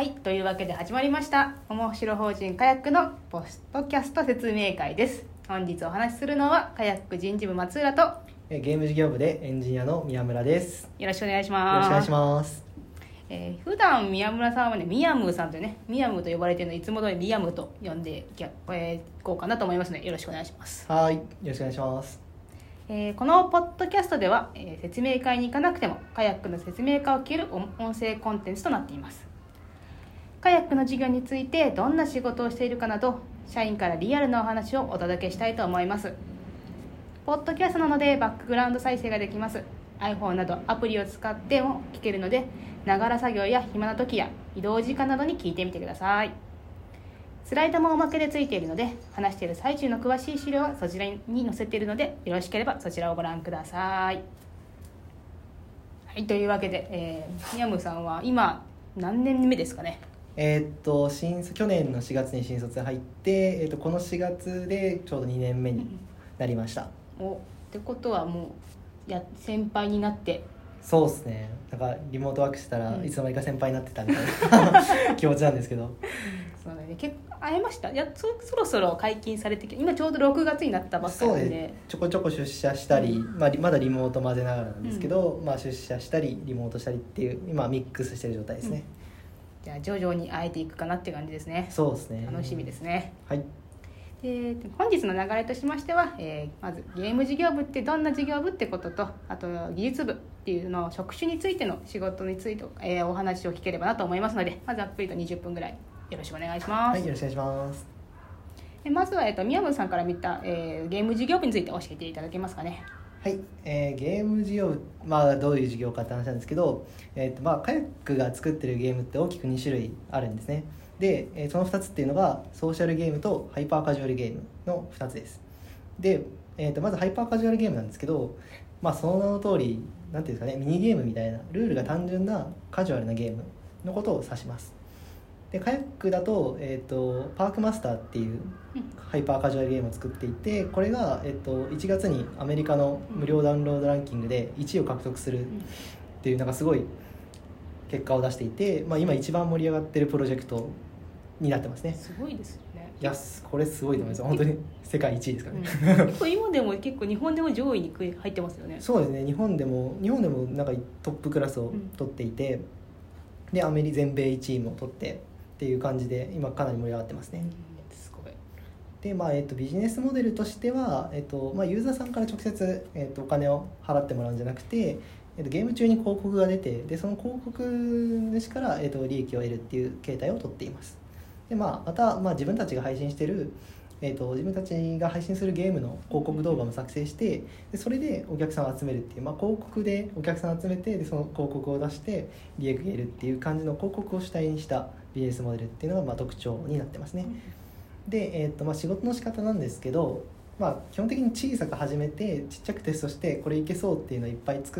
はいというわけで始まりました面白法人カヤックのポッドキャスト説明会です。本日お話しするのはカヤック人事部松浦とゲーム事業部でエンジニアの宮村です。 よろしくお願いしよろます。 しくお願いします。 普段宮村さんはねミヤムーさんというねミヤムーと呼ばれているのでいつも通りミヤムーと呼んでいこうかなと思いますのでよろしくお願いします。 はい、よろしくお願いします。 このポッドキャストでは、説明会に行かなくてもカヤックの説明会を聞ける音声コンテンツとなっています。カヤックの事業についてどんな仕事をしているかなど社員からリアルなお話をお届けしたいと思います。ポッドキャストなのでバックグラウンド再生ができます。 iPhone などアプリを使っても聞けるのでながら作業や暇な時や移動時間などに聞いてみてください。スライドもおまけでついているので話している最中の詳しい資料はそちらに載せているのでよろしければそちらをご覧ください。はい、というわけで、ミヤムさんは今何年目ですかね。 去年の4月に新卒入って、この4月でちょうど2年目になりました。 ってことはもう先輩になって。 そうですね、なんかリモートワークしたらいつの間にか先輩になってたみたいな気持ちなんですけどそうだね、結構会えました。そろそろ解禁されて今ちょうど6月になったばっかりで、 ね、ちょこちょこ出社したり、まだリモート混ぜながらなんですけど、出社したりリモートしたりっていう今ミックスしてる状態ですね。 じゃあ徐々に会えていくかなっていう感じですね。 そうですね、 楽しみですね。 はい。 で本日の流れとしましては、まずゲーム事業部ってどんな事業部ってことと、あと技術部っていうの職種についての仕事について、お話を聞ければなと思いますので、まずざっくりと20分ぐらいよろしくお願いします。 はい、よろしくお願いします。 まずは、宮村さんから見た、ゲーム事業部について教えていただけますかね。 はい、ゲーム事業部、どういう事業かって話なんですけど、カヤックが作ってるゲームって大きく2種類あるんですね。で、その2つっていうのがソーシャルゲームとハイパーカジュアルゲームの2つです。で、まずハイパーカジュアルゲームなんですけど、その名の通りなんていうんですかね、ミニゲームみたいなルールが単純なカジュアルなゲームのことを指します。でカヤックだと、パークマスターっていうハイパーカジュアルゲームを作っていて、これが、1月にアメリカの無料ダウンロードランキングで1位を獲得するっていうなんかすごい結果を出していて、今一番盛り上がってるプロジェクトになってますね。 すごいですよね。 いやこれすごいと思います。本当に世界1位ですからね、 結構今でも結構日本でも上位に入ってますよね。 そうですね、日本でもなんかトップクラスを取っていて、で全米1位も取ってっていう感じで今かなり盛り上がってますね。 すごい。 で、ビジネスモデルとしては、ユーザーさんから直接、お金を払ってもらうんじゃなくて、ゲーム中に広告が出て、でその広告主から、利益を得るっていう形態をとっています。で、また、自分たちが配信してる、自分たちが配信するゲームの広告動画も作成して、でそれでお客さんを集めるっていう、広告でお客さんを集めて、でその広告を出して利益を得るっていう感じの広告を主体にしたビジネスモデルっていうのが特徴になってますね。で、仕事の仕方なんですけど、基本的に小さく始めてちっちゃくテストしてこれいけそうっていうのをいっぱい作って、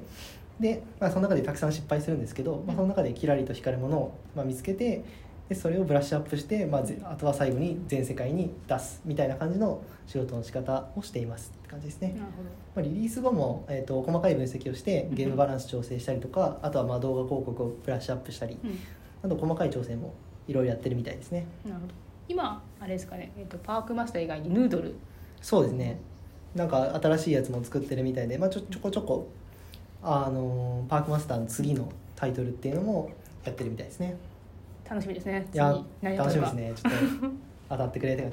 で、その中でたくさん失敗するんですけど、その中でキラリと光るものを、見つけて、でそれをブラッシュアップして、あとは最後に全世界に出すみたいな感じの仕事の仕方をしていますって感じですね。 なるほど。 リリース後も、細かい分析をしてゲームバランス調整したりとか、あとは動画広告をブラッシュアップしたり、あと細かい調整もいろいろやってるみたいですね。 なるほど。今あれですかね、パークマスター以外にヌードル。 そうですね、なんか新しいやつも作ってるみたいで、ちょこちょこパークマスターの次のタイトルっていうのもやってるみたいですね。 楽しみですね。 いや楽しみですね。ちょっと当たってくれて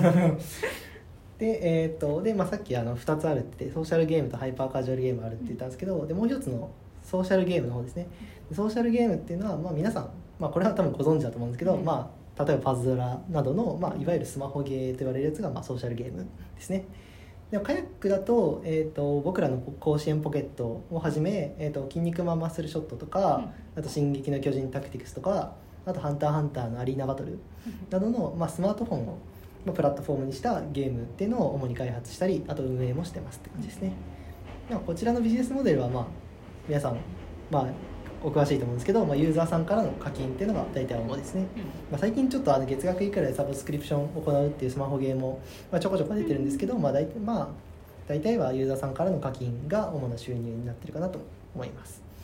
で、さっき2つあるってソーシャルゲームとハイパーカジュアルゲームあるって言ったんですけど、でもう一つのソーシャルゲームの方ですね。ソーシャルゲームっていうのは、皆さん、これは多分ご存知だと思うんですけど、例えばパズドラなどの、いわゆるスマホゲーと言われるやつが、ソーシャルゲームですね。でもカヤックだと、僕らの甲子園ポケットをはじめ、筋肉マンマッスルショットとか、あと進撃の巨人タクティクスとか、あとハンターハンターのアリーナバトルなどの、スマートフォンをプラットフォームにしたゲームっていうのを主に開発したり、あと運営もしてますって感じですね。こちらのビジネスモデルは、皆さん、お詳しいと思うんですけど、ユーザーさんからの課金っていうのが大体主ですね。最近ちょっと月額いくらでサブスクリプションを行うっていうスマホゲームも、ちょこちょこ出てるんですけど、大体はユーザーさんからの課金が主な収入になってるかなと思います。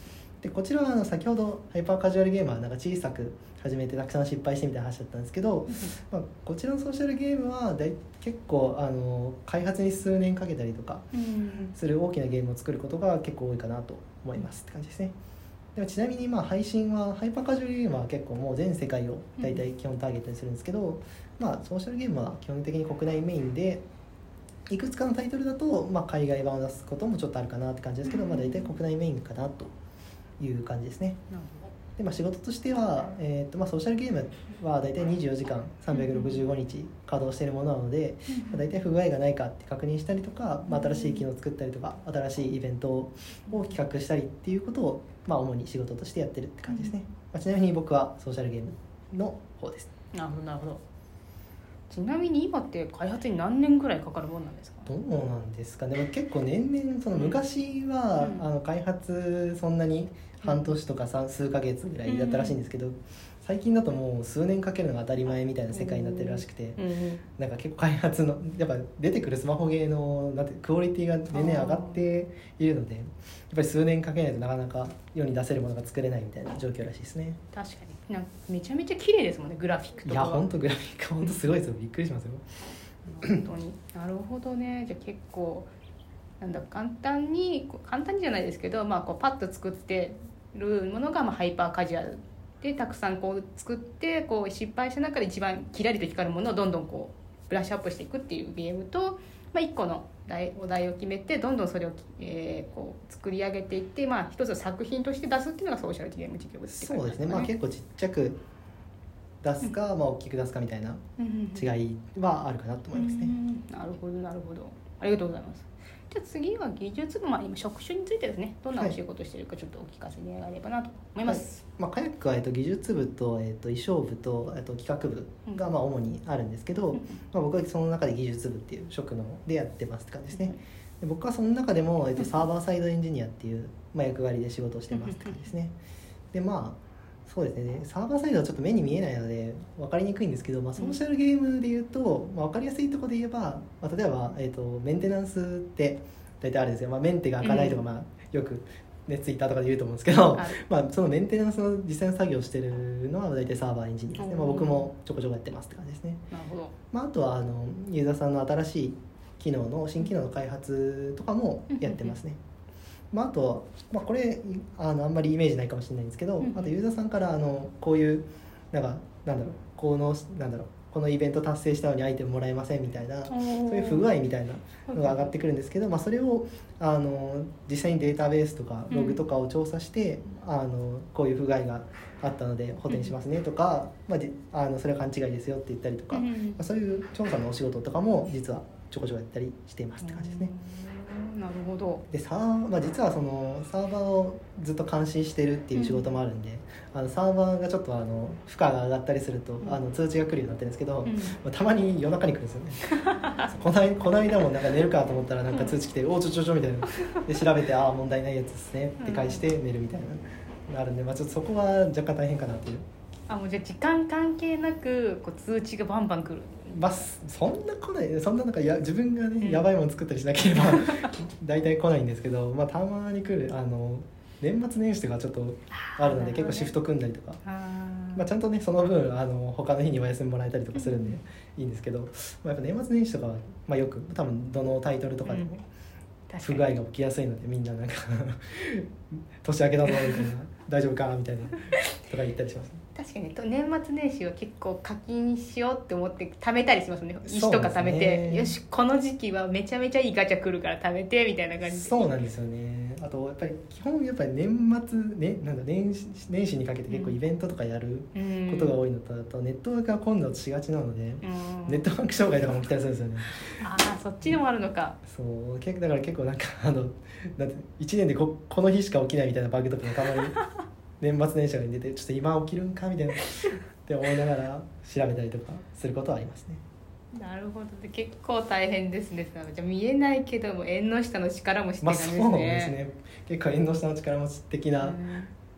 でこちらは先ほどハイパーカジュアルゲームはなんか小さく始めてたくさん失敗してみたいな話だったんですけど、まあ、こちらのソーシャルゲームは結構開発に数年かけたりとかする大きなゲームを作ることが結構多いかなと思いますって感じですね。でもちなみにまあ配信はハイパーカジュアルゲームは結構もう全世界を大体基本ターゲットにするんですけど、まあ、ソーシャルゲームは基本的に国内メインでいくつかのタイトルだと、まあ、海外版を出すこともちょっとあるかなって感じですけど、まあ、大体国内メインかなという感じですね。で、まあ、仕事としては、まあ、ソーシャルゲームは大体24時間365日稼働しているものなので、まあ、大体不具合がないかって確認したりとか、まあ、新しい機能を作ったりとか新しいイベントを企画したりっていうことを、まあ、主に仕事としてやってるって感じですね。まあ、ちなみに僕はソーシャルゲームの方です。 なるほどなるほど。ちなみに今って開発に何年ぐらいかかるものなんですか？ どうなんですかね。でも結構年々その昔は、開発そんなに半年とか数ヶ月ぐらいだったらしいんですけど、最近だともう数年かけるのが当たり前みたいな世界になってるらしくて、なんか結構開発のやっぱ出てくるスマホゲーのクオリティが年々上がっているので、やっぱり数年かけないとなかなか世に出せるものが作れないみたいな状況らしいですね。 確かになんかめちゃめちゃ綺麗ですもんね、グラフィックとか。 いや本当グラフィック本当すごいですよ。びっくりしますよ。 本当になるほどね。じゃあ結構なんだ簡単にじゃないですけど、まあ、こうパッと作ってるものがまあハイパーカジュアルでたくさんこう作ってこう失敗した中で一番キラリと光るものをどんどんこうブラッシュアップしていくっていうゲームと、まあ、1個のお題を決めてどんどんそれを、こう作り上げていって、まあ、一つの作品として出すっていうのがソーシャルゲーム事業部ってそうですね。まあ、結構ちっちゃく出すか、まあ、大きく出すかみたいな違いはあるかなと思いますね。 なるほどなるほど、ありがとうございます。じゃあ次は技術部、まあ、今職種についてですね、どんなお仕事しているかちょっとお聞かせ願えればなと思います。 はい、まあ、カヤックは技術部と、衣装部と企画部がまあ主にあるんですけど、まあ、僕はその中で技術部っていう職能でやってますって感じですね。で僕はその中でも、サーバーサイドエンジニアっていう、まあ、役割で仕事をしてますって感じですね。でまあそうですね、サーバーサイドはちょっと目に見えないので分かりにくいんですけど、まあ、ソーシャルゲームでいうと、まあ、分かりやすいところで言えば、まあ、例えば、メンテナンスって大体あるんですよ。まあ、メンテが開かないとか、まあ、よく、ね、ツイッターとかで言うと思うんですけど、まあ、そのメンテナンスの実際の作業をしてるのは大体サーバーエンジニアですね。まあ、僕もちょこちょこやってますって感じですね。 なるほど。 まあ、あとはユーザーさんの新しい新機能の開発とかもやってますね。まあ、あと、まあ、これあんまりイメージないかもしれないんですけど、あとユーザーさんからこういうなんだろうこのイベント達成したのにアイテムもらえませんみたいな、そういう不具合みたいなのが上がってくるんですけど、まあ、それを実際にデータベースとかログとかを調査して、こういう不具合があったので補填しますねとか、まあ、それは勘違いですよって言ったりとか、まあ、そういう調査のお仕事とかも実はちょこちょこやったりしていますって感じですね。 なるほど。 でまあ、実はそのサーバーをずっと監視してるっていう仕事もあるんで、サーバーがちょっと負荷が上がったりすると通知が来るようになってるんですけど、まあ、たまに夜中に来るんですよね。この間もなんか寝るかと思ったらなんか通知来て「おちょ」みたいなで調べて「ああ問題ないやつですね」って返して寝るみたいなのがあるんで、まあ、ちょっとそこは若干大変かなっていう。 もうじゃあ時間関係なくこう通知がバンバン来る。 まあ、そんな来ない、そんななんか自分がね、やばいもの作ったりしなければ大体来ないんですけど、まあ、たまに来る年末年始とかちょっとあるので、結構シフト組んだりとか、まあ、ちゃんとねその分他の日にお休みもらえたりとかするんでいいんですけど、まあ、やっぱ年末年始とかは、まあ、よく多分どのタイトルとかでも不具合が起きやすいので、みんななんか年明けだぞみたいな大丈夫かみたいなとか言ったりします。 確かに年末年始は結構課金しようって思って貯めたりしますもんね。石とか貯めて、よしこの時期はめちゃめちゃいいガチャ来るから貯めてみたいな感じで。 そうなんですよね。あとやっぱり基本やっぱり年末、ね、年始にかけて結構イベントとかやることが多いのと、あとネットワークが混雑しがちなので、ネットワーク障害とかも来たりするんですよね。 そっちでもあるのか。 そうだから結構なんかだって1年でこの日しか起きないみたいなバグとかもたまに年末年始に出て、ちょっと今起きるんかみたいなって思いながら調べたりとかすることはありますね。 なるほど。で結構大変ですね。じゃあ見えないけども縁の下の力持ちって感じですね。 まあそうですね。結構縁の下の力持ち的な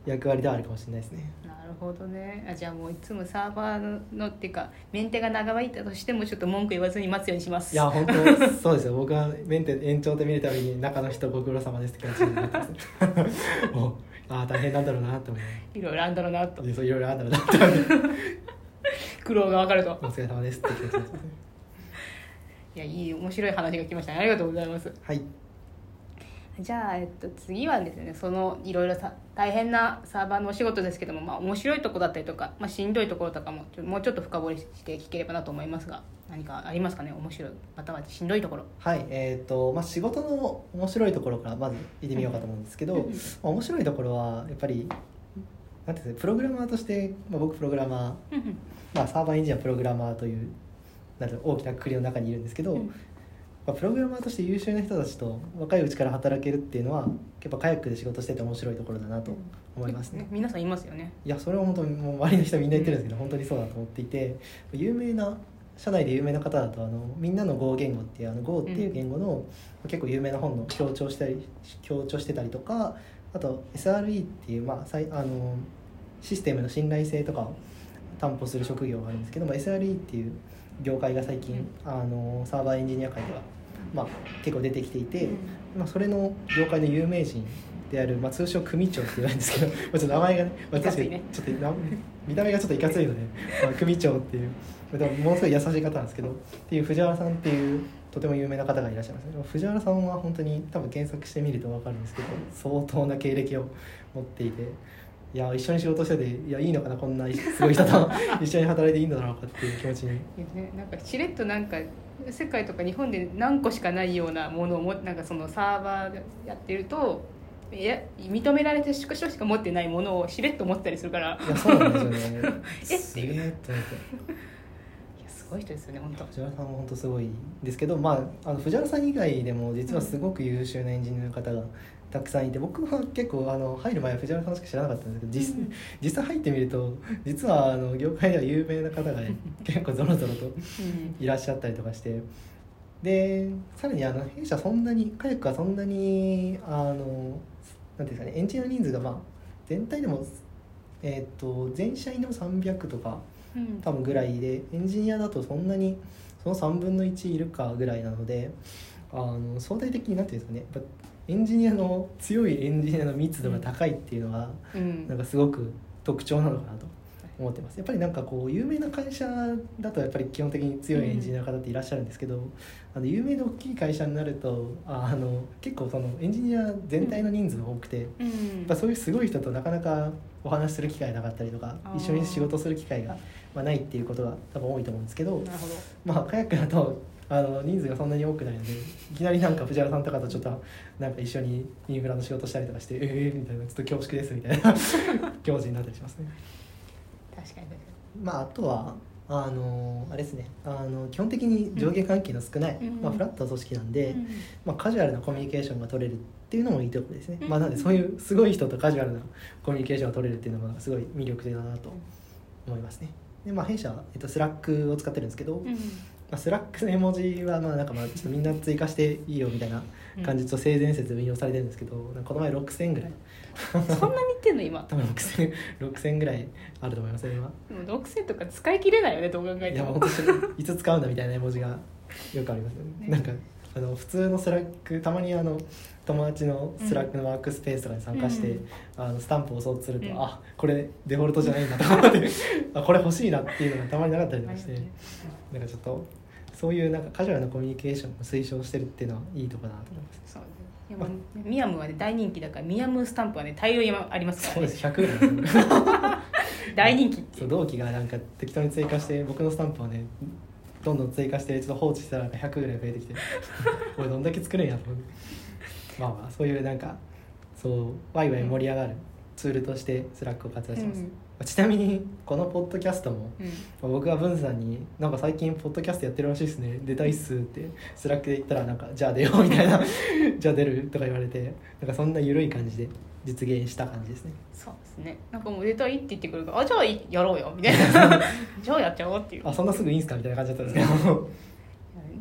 役割ではあるかもしれないですね。 なるほどね。じゃあもういつもサーバーのっていうかメンテが長引いたとしてもちょっと文句言わずに待つようにします。 いや本当そうですよ。僕はメンテ延長で見るたびに中の人ご苦労様ですって感じになってますもう大変なんだろうなって思う。 いろいろあんだろうなと。 いろいろあんだろうなって思う苦労が分かると。 お疲れ様ですって気持ちですね。 いや、いい面白い話が来ましたね。ありがとうございます。 はい。 じゃあ、次はですね、そのいろいろ大変なサーバーのお仕事ですけども、面白いところだったりとか、しんどいところとかももうちょっと深掘りして聞ければなと思いますが、何かありますかね。面白いまたはしんどいところ。 はい。仕事の面白いところからまず見てみようかと思うんですけど、面白いところはやっぱりなんていうんですか、プログラマーとして、僕プログラマー、サーバーエンジニアプログラマーという大きな括りの中にいるんですけど、プログラマーとして優秀な人たちと若いうちから働けるっていうのはやっぱカヤックで仕事してて面白いところだなと思いますね。 皆さんいますよね。 いやそれは本当にもう周りの人みんな言ってるんですけど、本当にそうだと思っていて、社内で有名な方だとみんなの Go 言語っていうGo っていう言語の結構有名な本の強調してたりとか、あと SRE っていう、システムの信頼性とかを担保する職業があるんですけど、SRE っていう業界が最近サーバーエンジニア界では、結構出てきていて、それの業界の有名人である、通称組長って言われるんですけどちょっと名前がね、確かにちょっと見た目がちょっといかついので、組長っていうでもものすごい優しい方なんですけどっていう藤原さんっていうとても有名な方がいらっしゃいますね。藤原さんは本当に多分検索してみると分かるんですけど、相当な経歴を持っていて、いや一緒に仕事してて、いやいいのかな、こんなすごい人と一緒に働いていいんだろうかっていう気持ちに。 いやね、なんかしれっとなんか世界とか日本で何個しかないようなものをなんかそのサーバーでやってると認められて少ししか持ってないものをしれっと持ってたりするから、 いやそうなんですよねすげえと思ってすごい人ですよね本当。 藤原さんも本当すごいですけど、藤原さん以外でも実はすごく優秀なエンジニアの方がたくさんいて、僕は結構入る前は藤原さんしか知らなかったんですけど、実際入ってみると実は業界では有名な方が、結構ゾロゾロといらっしゃったりとかして、でさらに弊社そんなにカヤックはそんなになんていうんですかね、エンジニア人数が全体でも全社員でも300とか多分ぐらいで、エンジニアだとそんなにその3分の1いるかぐらいなので、相対的になんていうんですかね、やっぱ強いエンジニアの密度が高いっていうのは、なんかすごく特徴なのかなと思ってます。やっぱりなんかこう有名な会社だとやっぱり基本的に強いエンジニアの方っていらっしゃるんですけど、有名で大きい会社になると結構そのエンジニア全体の人数が多くて、やっぱそういうすごい人となかなかお話しする機会なかったりとか、一緒に仕事する機会がないっていうことが多分多いと思うんですけど、カヤックだと人数がそんなに多くないので、いきなりなんか藤原さんとかとちょっとなんか一緒にインフラの仕事したりとかしてみたいな、ちょっと恐縮ですみたいな気持ちになったりしますね。 確かにあとはあれですね、基本的に上下関係の少ない、フラットな組織なんで、カジュアルなコミュニケーションが取れるっていうのもいいところですね。なのでそういうすごい人とカジュアルなコミュニケーションが取れるっていうのもすごい魅力的だなと思いますね。で弊社は、スラックを使ってるんですけど、スラックの絵文字はちょっとみんな追加していいよみたいな感じと性善説で運用されてるんですけど、この前6000ぐらいそんなに言ってんの今。 多分6000ぐらいあると思いますね今。 でも6000とか使い切れないよね、どう考えても。 いや本当にいつ使うんだみたいな絵文字がよくありますよね。なんか普通のスラック、たまに友達のスラックのワークスペースとかに参加して、スタンプを押そうとすると、これデフォルトじゃないんだと思ってこれ欲しいなっていうのがたまになかったりとかして、なんかちょっとそういうなんかカジュアルなコミュニケーションを推奨してるっていうのはいいとこだなと思います。 そうですね。ミヤムはね大人気だから、ミヤムスタンプはね大量にありますからね。 そうです、100ぐらい大人気。 そう、同期がなんか適当に追加して僕のスタンプをねどんどん追加してちょっと放置したら100ぐらい増えてきて俺どんだけ作るんやと思ってそういうなんかそうワイワイ盛り上がるツールとしてスラックを活用してます。ちなみにこのポッドキャストも、僕が文さんになんか最近ポッドキャストやってるらしいですね、出たいっすってスラックで言ったら、なんかじゃあ出ようみたいなじゃあ出るとか言われて、なんかそんな緩い感じで実現した感じですね。 そうですね。なんかもう出たいって言ってくるから、じゃあやろうよみたいなじゃあやっちゃおうっていう。 そんなすぐいいんすかみたいな感じだったんですけど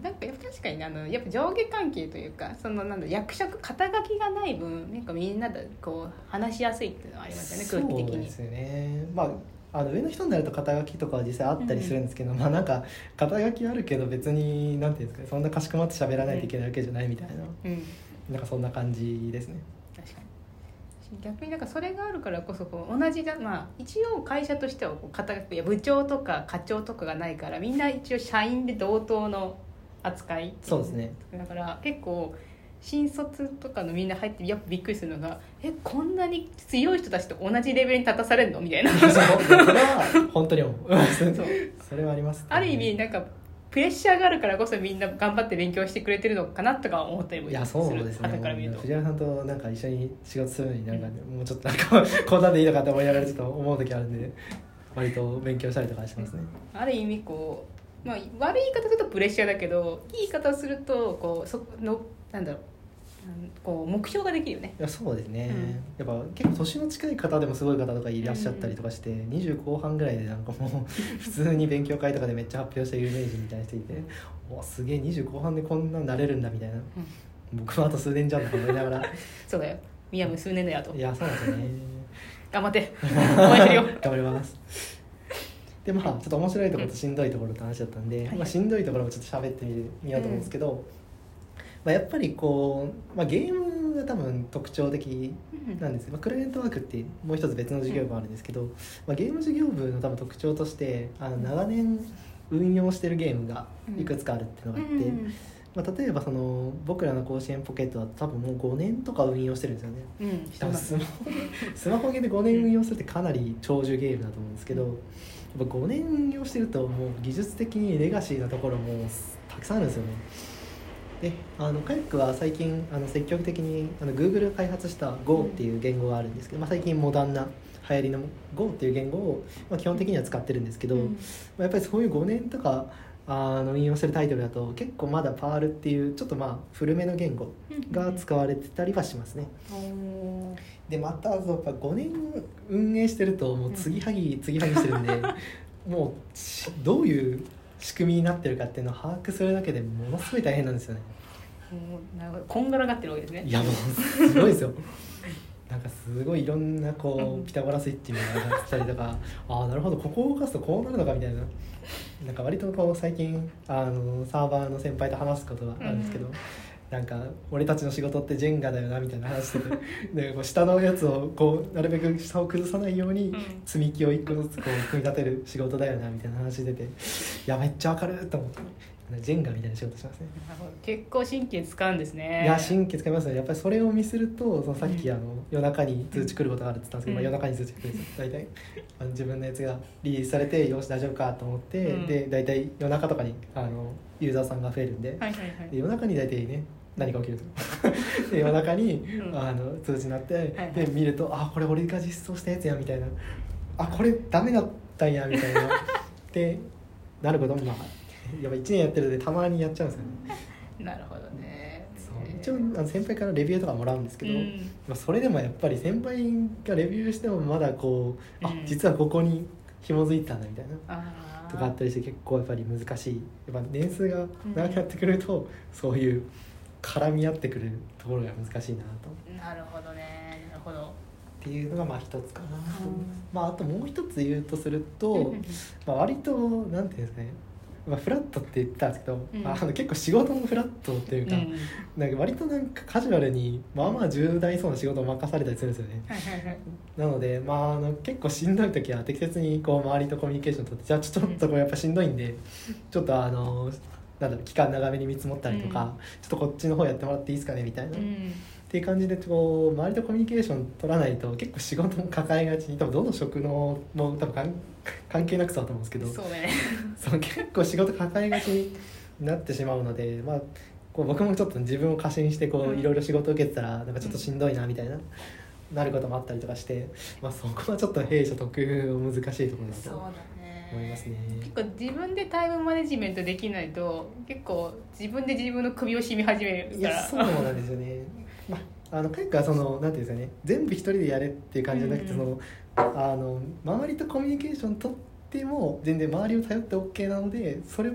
なんかやっぱ確かにね、やっぱ上下関係というか、そのなんだ役職肩書きがない分なんかみんなでこう話しやすいっていうのはありますよね、空気的に。 そうですね。上の人になると肩書きとかは実際あったりするんですけど、なんか肩書きあるけど別になんていうんですかね、そんなかしこまって喋らないといけないわけじゃないみたいな、なんかそんな感じですね。 確かに。逆になんかそれがあるからこそこう同じだ、一応会社としてはこう肩書き、いや部長とか課長とかがないからみんな一応社員で同等の扱い。 そうですね。 だから結構新卒とかのみんな入ってやっぱびっくりするのが、こんなに強い人たちと同じレベルに立たされるのみたいな。 それは本当に思う。それはあります、ね。 ある意味なんかプレッシャーがあるからこそみんな頑張って勉強してくれてるのかなとか思ったりもする。 いやそうですね。 から見ると藤原さんとなんか一緒に仕事するのになんか、もうちょっとなんかこんなんでいいのかって思いながらちょっと思う時あるんで、割と勉強したりとかしますね。 ある意味こう、悪い言い方するとプレッシャーだけど、いい言い方をするとこうなんだろう、こう目標ができるよね。 いやそうですね、やっぱ結構年の近い方でもすごい方とかいらっしゃったりとかして、20後半ぐらいでなんかもう普通に勉強会とかでめっちゃ発表して有名人みたいな人いて、すげえ20後半でこんなんなれるんだみたいな、僕はあと数年じゃんと思いながらそうだよ、宮部数年だよと。 いやそうなんですよね。 頑張って応援してるよ。 頑張ります。でちょっと面白いところとしんどいところって話だったんで、しんどいところもちょっと喋ってみようと思うんですけど、やっぱりこう、ゲームが多分特徴的なんですけど、クライアントワークってもう一つ別の事業部あるんですけど、ゲーム事業部の多分特徴として長年運用してるゲームがいくつかあるっていうのがあって、例えばその僕らの甲子園ポケットは多分もう5年とか運用してるんですよね。多分スマホゲーで5年運用するってかなり長寿ゲームだと思うんですけど、やっぱ5年運用してるともう技術的にレガシーなところもたくさんあるんですよね。でカヤックは最近積極的にGoogle が開発した Go っていう言語があるんですけど、最近モダンな流行りの Go っていう言語を、基本的には使ってるんですけど、やっぱりそういう5年とか運用してるタイトルだと結構まだパールっていうちょっと古めの言語が使われてたりはしますね。でまたやっぱ5年運営してるともう継ぎはぎしてるんでもうどういう仕組みになってるかっていうのを把握するだけでものすごい大変なんですよね。 なるほど、こんがらがってるわけですね。 いやもうすごいですよ。なんかすごいいろんなこうピタゴラスイッチみたいなのがあったりとかなるほどここを動かすとこうなるのかみたいな、なんか割とこう最近サーバーの先輩と話すことがあるんですけど、なんか俺たちの仕事ってジェンガだよなみたいな話しててでこう下のやつをこうなるべく下を崩さないように積み木を一個ずつこう組み立てる仕事だよなみたいな話出て、いやめっちゃわかると思って、ジェンガみたいな仕事しますね。 結構神経使うんですね。 いや神経使いますね。やっぱりそれを見せるとそのさっき夜中に通知来ることがあるって言ったんですけど、夜中に通知来るんですよ大体自分のやつがリリースされてよし大丈夫かと思って、で大体夜中とかにユーザーさんが増えるんで、で夜中に大体ね何が起きるとで夜中に、通知になって、で見るとこれ俺が実装したやつやみたいな、これダメだったんやみたいなってなることもやっぱ1年やってるのでたまにやっちゃうんですよね。 なるほどね。 一応先輩からレビューとかもらうんですけど、それでもやっぱり先輩がレビューしてもまだこう実はここに紐づいてたんだみたいなとかあったりして、結構やっぱり難しい。やっぱ年数が長くなってくると、そういう絡み合ってくるところが難しいなと。 なるほどね、なるほど。 っていうのが一つかな。あともう一つ言うとすると、割となんていうんですかね、フラットって言ったんですけど、結構仕事もフラットっていうか、なんか割となんかカジュアルに重大そうな仕事を任されたりするんですよね。なので、結構しんどい時は適切にこう周りとコミュニケーション取って、じゃあちょっとこれやっぱしんどいんでちょっと期間長めに見積もったりとか、ちょっとこっちの方やってもらっていいですかねみたいな、っていう感じでこう周りとコミュニケーション取らないと結構仕事も抱えがちに、多分どの職能も多分関係なくそうだと思うんですけど、 そうね結構仕事抱えがちになってしまうので、こう僕もちょっと自分を過信してこういろいろ仕事を受けてたらなんかちょっとしんどいなみたいな、なることもあったりとかして、そこはちょっと弊社特有の難しいところだと思いますね。 結構自分でタイムマネジメントできないと結構自分で自分の首を絞め始めるから。 いやそうなんですよね。結構なんていうんですかね、全部一人でやれっていう感じじゃなくて、周りとコミュニケーション取っても全然周りを頼って OK なので、それも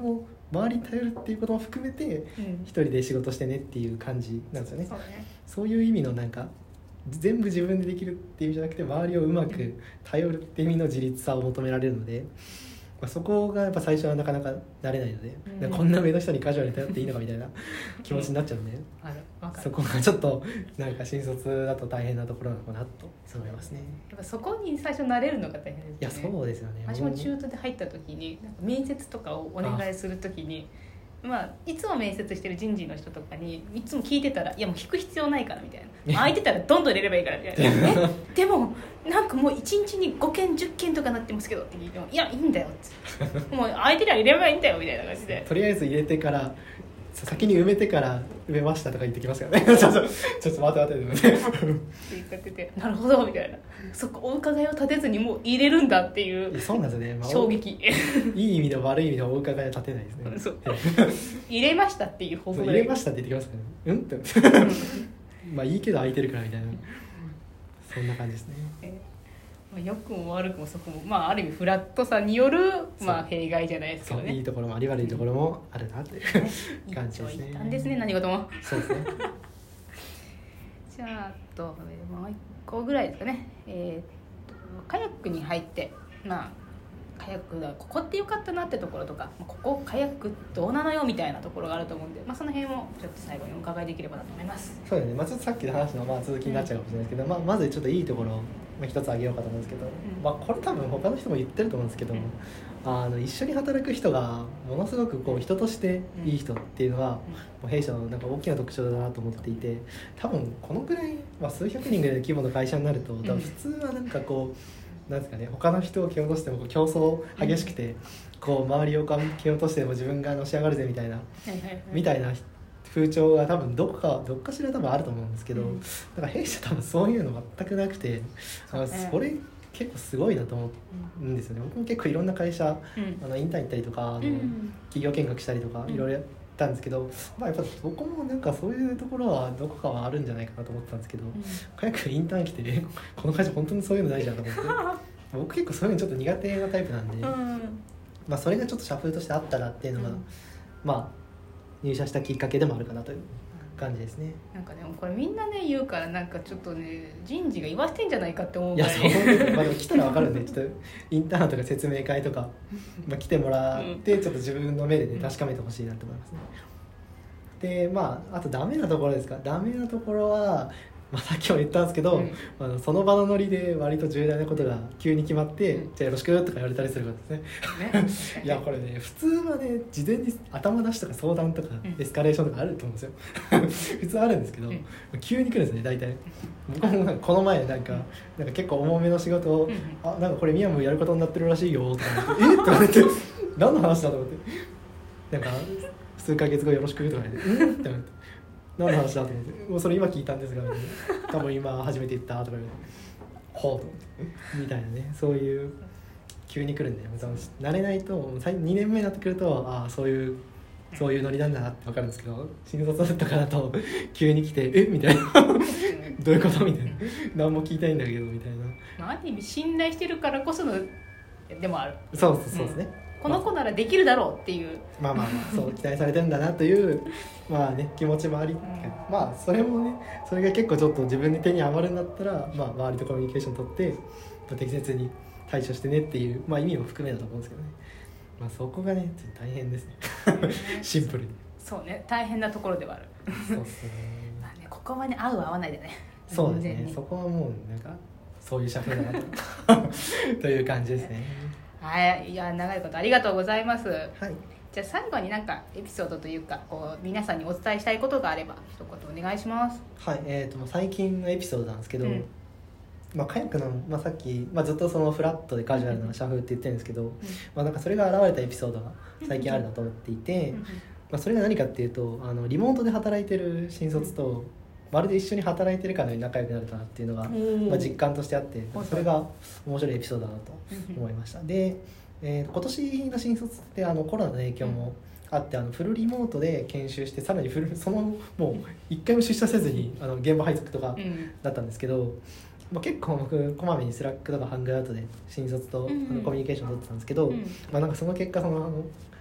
周りに頼るっていうことも含めて一人で仕事してねっていう感じなんですよね。 そうね。 そういう意味のなんか全部自分でできるっていうじゃなくて周りをうまく頼るっていう意味の自立さを求められるので、そこがやっぱ最初はなかなか慣れないので、なんかこんな上の人にカジュアルに頼っていいのかみたいな気持ちになっちゃうんで、そこがちょっとなんか新卒だと大変なところなのかなと思いますね。 やっぱそこに最初慣れるのが大変ですね。 いやそうですよね。 私も中途で入った時になんか面接とかをお願いする時に、いつも面接してる人事の人とかにいつも聞いてたら、いやもう引く必要ないからみたいな、空いてたらどんどん入れればいいからみたいなでもなんかもう1日に5件10件とかなってますけどって聞いても、いやいいんだよってもう空いてりゃ入れればいいんだよみたいな感じで、 とりあえず入れてから先に埋めてから埋めましたとか言ってきますからねちょっと待って待ってって言ってて、なるほどみたいな、そこお伺いを立てずにもう入れるんだっていうそうなんですよね、 衝撃いい意味でも悪い意味でもお伺いは立てないですねそう入れましたっていう報告入れましたって言ってきますからね、ってまあいいけど空いてるからみたいな、そんな感じですね。 良くも悪くもそこも、ある意味フラットさによる、弊害じゃないですけどね。 いいところもあり悪いところもあるなっていう感じですね。 一旦ですね、何事も。 そうですねじゃあもう一個ぐらいですかね。カヤックに入ってカヤックがここって良かったなってところとか、ここカヤックどうなのよみたいなところがあると思うんで、その辺もちょっと最後にお伺いできればなと思います。 そうですね、ちょっとさっきの話の続きになっちゃうかもしれないですけど、まずちょっといいところを一つ挙げようかと思うんですけど、これ多分他の人も言ってると思うんですけど、一緒に働く人がものすごく人としていい人っていうのは、弊社のなんか大きな特徴だなと思っていて、多分このくらい、数百人ぐらいの規模の会社になると、多分普通はなんかなんですかね、他の人を蹴落としても競争激しくて、周りを蹴落としても自分がのし上がるぜみたいな、みたいな風潮が多分どっかしら多分あると思うんですけど、だから弊社多分そういうの全くなくて、それ結構すごいなと思うんですよね。僕も結構いろんな会社、インターン行ったりとか企業見学したりとかいろいろやったんですけど、やっぱ僕もなんかそういうところはどこかはあるんじゃないかなと思ってたんですけど、早くインターン来てこの会社本当にそういうのないじゃんと思って僕結構そういうのちょっと苦手なタイプなんで、それがちょっと社風としてあったらっていうのが、入社したきっかけでもあるかなという感じですね。 なんかこれみんな言うからなんかちょっと人事が言わせてんじゃないかって思うぐらい。いやそうでも来たら分かるんでちょっとインターンとか説明会とか、来てもらってちょっと自分の目で確かめてほしいなと思いますね。であとダメなところですか。ダメなところは、さっきも言ったんですけど、その場のノリで割と重大なことが急に決まって、じゃあよろしくとか言われたりすることですね。いやこれこれは事前に頭出しとか相談とかエスカレーションとかあると思うんですよ普通あるんですけど、急に来るんですね大体。僕もこの前なんか結構重めの仕事を、なんかこれ宮もやることになってるらしいよとか言ってって言われて何の話だと思って、なんか数ヶ月後よろしくとか言ってって思って、何の話だと思って、もうそれ今聞いたんですが、多分今初めて言ったとか言って、ほうと思ってみたいなね、そういう急に来るんで、慣れないと2年目になってくるとそういうノリなんだなって分かるんですけど、新卒とかだと急に来てみたいなどういうことみたいな、何も聞いたいんだけどみたいな、 ある意味信頼してるからこそのでもある。 そうですね、 この子ならできるだろうっていうそう期待されてるんだなという気持ちもあり、それもね、それが結構ちょっと自分に手に余るんだったら、周りとコミュニケーション取って適切に対処してねっていう、意味も含めだと思うんですけどね。そこがね大変ですねシンプルに。 そうね、大変なところではある。 そうですねここは合う合わないでね。 そうですね、そこはもうなんかそういう社風だなとという感じですね。 はい、いや長いことありがとうございます。 はい、 じゃあ最後にエピソードというか皆さんにお伝えしたいことがあれば一言お願いします。 はい、最近のエピソードなんですけど、カヤックの、さっき、ずっとそのフラットでカジュアルな社風って言ってるんですけど、なんかそれが現れたエピソードが最近あるなと思っていて、それが何かっていうと、リモートで働いてる新卒とまるで一緒に働いてるかのように仲良くなれたなっていうのが、実感としてあって、それが面白いエピソードだなと思いました。で、今年の新卒ってコロナの影響もあってフルリモートで研修して、さらにそのもう一回も出社せずに現場配属とかだったんですけど、結構僕こまめにスラックとかハングアウトで新卒とコミュニケーション取ってたんですけど、なんかその結果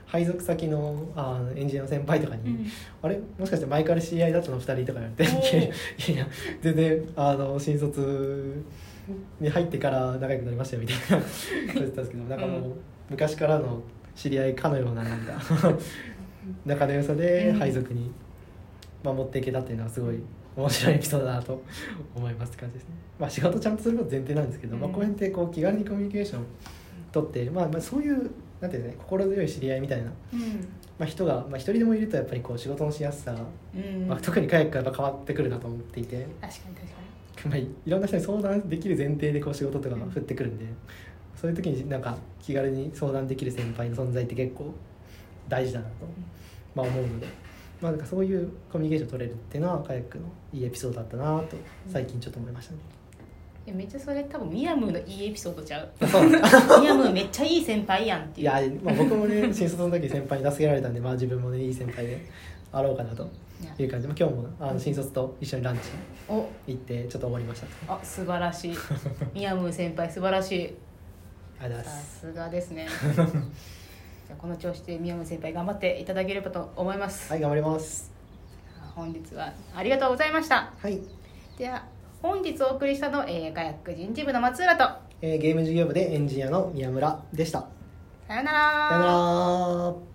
配属先のエンジニアの先輩とかに、 うん、 あれもしかして前から知り合いだったの2人とか言われていや全然新卒に入ってから仲良くなりましたよみたいな言ってたんですけど、なんかもう昔からの知り合いかのようななんか仲の良さで配属に持っていけたっていうのはすごい面白いエピソードだなと思いますって感じですね。まあ仕事ちゃんとすること前提なんですけど、こうやってこう気軽にコミュニケーション取って、そういうなんていうね、心強い知り合いみたいな、人が、一人でもいるとやっぱりこう仕事のしやすさ、特にカヤックはやっぱ変わってくるなと思っていて、 確かに確かに、 いろんな人に相談できる前提でこう仕事とかが降ってくるんで、そういう時になんか気軽に相談できる先輩の存在って結構大事だなと、思うので、なんかそういうコミュニケーション取れるっていうのはカヤックのいいエピソードだったなと最近ちょっと思いましたね。 めっちゃそれ多分ミヤムーのいいエピソードちゃうそうなんですかミヤムーめっちゃいい先輩やんっていう。 いや、僕もね新卒の時先輩に助けられたんで、自分もねいい先輩であろうかなという感じで、今日も新卒と一緒にランチ行ってちょっと終わりました。 素晴らしいミヤムー先輩素晴らしい、 ありがとうございまさす。 すがですねじゃあこの調子でミヤムー先輩頑張っていただければと思います。 はい、頑張ります。 本日はありがとうございました。 はい、 では本日お送りしたのは、カヤック人事部の松浦と、 ゲーム事業部でエンジニアの宮村でした。 さよなら。 さよなら。